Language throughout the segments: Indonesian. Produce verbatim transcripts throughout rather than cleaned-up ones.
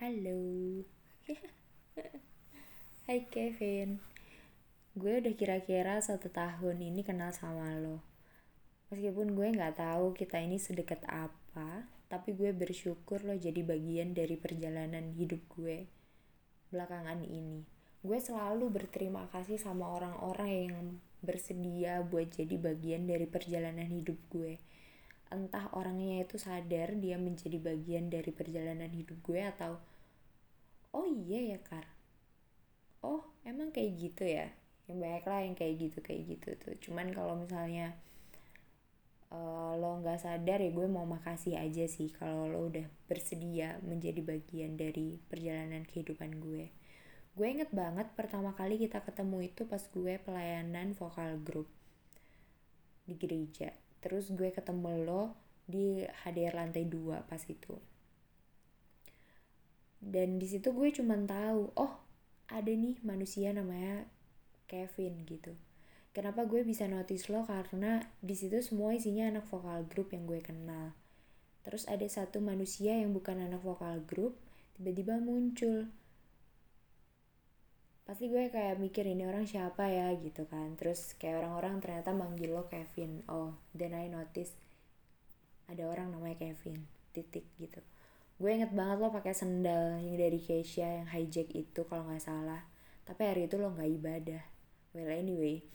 Halo. Hai Kevin. Gue udah kira-kira satu tahun ini kenal sama lo. Meskipun gue gak tahu kita ini sedekat apa, tapi gue bersyukur lo jadi bagian dari perjalanan hidup gue belakangan ini. Gue selalu berterima kasih sama orang-orang yang bersedia buat jadi bagian dari perjalanan hidup gue. Entah orangnya itu sadar dia menjadi bagian dari perjalanan hidup gue atau oh iya ya Kar, oh emang kayak gitu ya. Yang banyak lah yang kayak gitu kayak gitu tuh. Cuman kalau misalnya uh, lo nggak sadar ya gue mau makasih aja sih kalau lo udah bersedia menjadi bagian dari perjalanan kehidupan gue. Gue inget banget pertama kali kita ketemu itu pas gue pelayanan vokal group di gereja. Terus gue ketemu lo di H D R lantai dua pas itu. Dan di situ gue cuman tahu, oh ada nih manusia namanya Kevin gitu. Kenapa gue bisa notice lo? Karena di situ semua isinya anak vokal group yang gue kenal. Terus ada satu manusia yang bukan anak vokal group tiba-tiba muncul. Pasti gue kayak mikir ini orang siapa ya gitu kan. Terus kayak orang-orang ternyata manggil lo Kevin. Oh, then I notice ada orang namanya Kevin. Titik gitu. Gue inget banget lo pakai sendal yang dari Keisha yang hijack itu kalau nggak salah. Tapi hari itu lo nggak ibadah. Well anyway,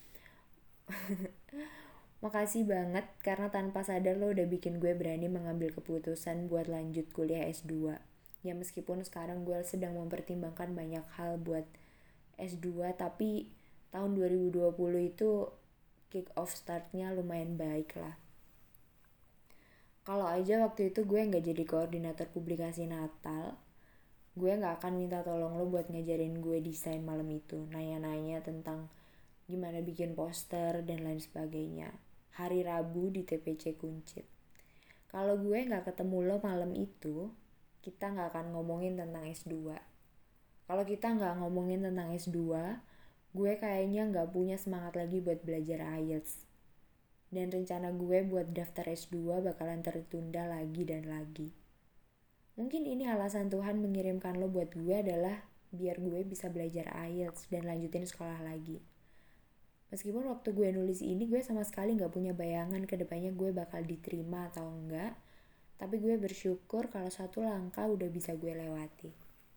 makasih banget karena tanpa sadar lo udah bikin gue berani mengambil keputusan buat lanjut kuliah S dua. Ya meskipun sekarang gue sedang mempertimbangkan banyak hal buat S dua, tapi tahun dua ribu dua puluh itu kick off startnya lumayan baik lah. Kalau aja waktu itu gue gak jadi koordinator publikasi Natal, gue gak akan minta tolong lo buat ngajarin gue desain malam itu, nanya-nanya tentang gimana bikin poster dan lain sebagainya. Hari Rabu di T P C Kuncit. Kalau gue gak ketemu lo malam itu, kita gak akan ngomongin tentang S dua. Kalau kita gak ngomongin tentang S dua, gue kayaknya gak punya semangat lagi buat belajar I E L T S. Dan rencana gue buat daftar S dua bakalan tertunda lagi dan lagi. Mungkin ini alasan Tuhan mengirimkan lo buat gue adalah biar gue bisa belajar I E L T S dan lanjutin sekolah lagi. Meskipun waktu gue nulis ini gue sama sekali gak punya bayangan kedepannya gue bakal diterima atau enggak. Tapi gue bersyukur kalau satu langkah udah bisa gue lewati.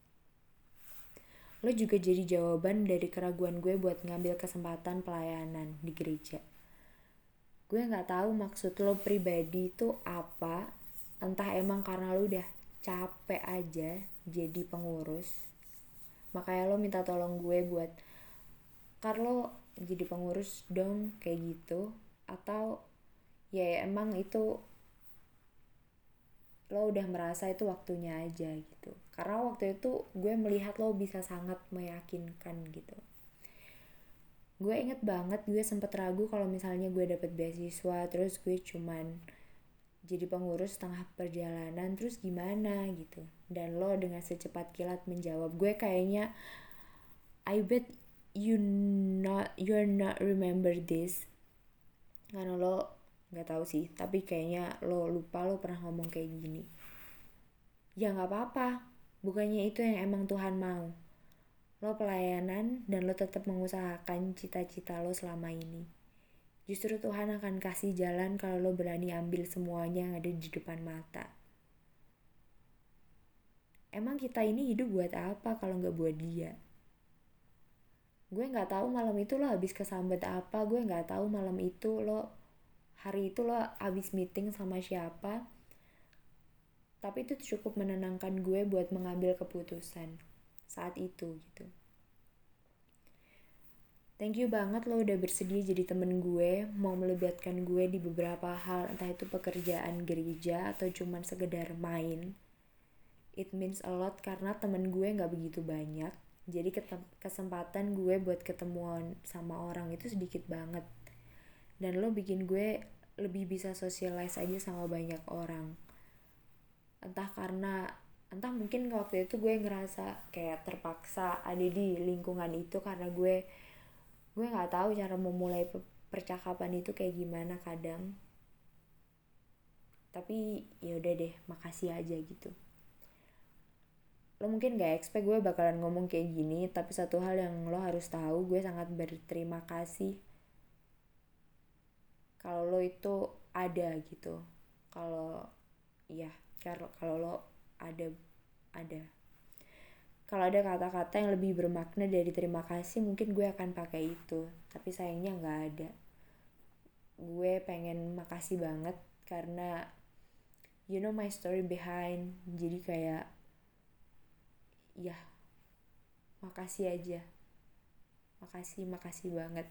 Lo juga jadi jawaban dari keraguan gue buat ngambil kesempatan pelayanan di gereja. Gue gak tahu maksud lo pribadi itu apa. Entah emang karena lo udah capek aja jadi pengurus, makanya lo minta tolong gue buat Carlo jadi pengurus dong kayak gitu. Atau ya emang itu lo udah merasa itu waktunya aja gitu. Karena waktu itu gue melihat lo bisa sangat meyakinkan gitu. Gue inget banget gue sempet ragu kalau misalnya gue dapet beasiswa terus gue cuman jadi pengurus setengah perjalanan terus gimana gitu. Dan lo dengan secepat kilat menjawab, gue kayaknya I bet you not you're not remember this. Karena lo nggak tahu sih, tapi kayaknya lo lupa lo pernah ngomong kayak gini. Ya nggak apa-apa, bukannya itu yang emang Tuhan mau. Lo pelayanan dan lo tetap mengusahakan cita-cita lo selama ini. Justru Tuhan akan kasih jalan kalau lo berani ambil semuanya yang ada di depan mata. Emang kita ini hidup buat apa kalau nggak buat Dia? Gue nggak tahu malam itu lo habis kesambet apa. Gue nggak tahu malam itu lo hari itu lo habis meeting sama siapa. Tapi itu cukup menenangkan gue buat mengambil keputusan saat itu gitu. Thank you banget lo udah bersedia jadi temen gue, mau melibatkan gue di beberapa hal, entah itu pekerjaan gereja atau cuman sekedar main. It means a lot karena temen gue gak begitu banyak, jadi kesempatan gue buat ketemuan sama orang itu sedikit banget. Dan lo bikin gue lebih bisa socialize aja sama banyak orang. Entah karena entah mungkin waktu itu gue ngerasa kayak terpaksa ada di lingkungan itu karena gue gue nggak tahu cara memulai percakapan itu kayak gimana kadang. Tapi ya udah deh, makasih aja gitu. lo mungkin gak expect gue bakalan ngomong kayak gini, tapi satu hal yang lo harus tahu, gue sangat berterima kasih kalau lo itu ada gitu. Kalau iya, kalau kalau lo ada ada. Kalau ada kata-kata yang lebih bermakna dari terima kasih, mungkin gue akan pakai itu. Tapi sayangnya nggak ada. Gue pengen makasih banget karena you know my story behind. Jadi kayak ya makasih aja. Makasih, makasih banget.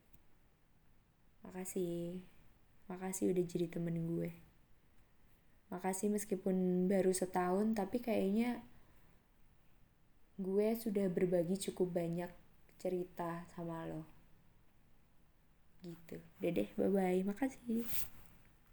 Makasih. Makasih udah jadi temen gue. Makasih meskipun baru setahun, tapi kayaknya gue sudah berbagi cukup banyak cerita sama lo. Gitu. Udah deh, bye-bye. Makasih.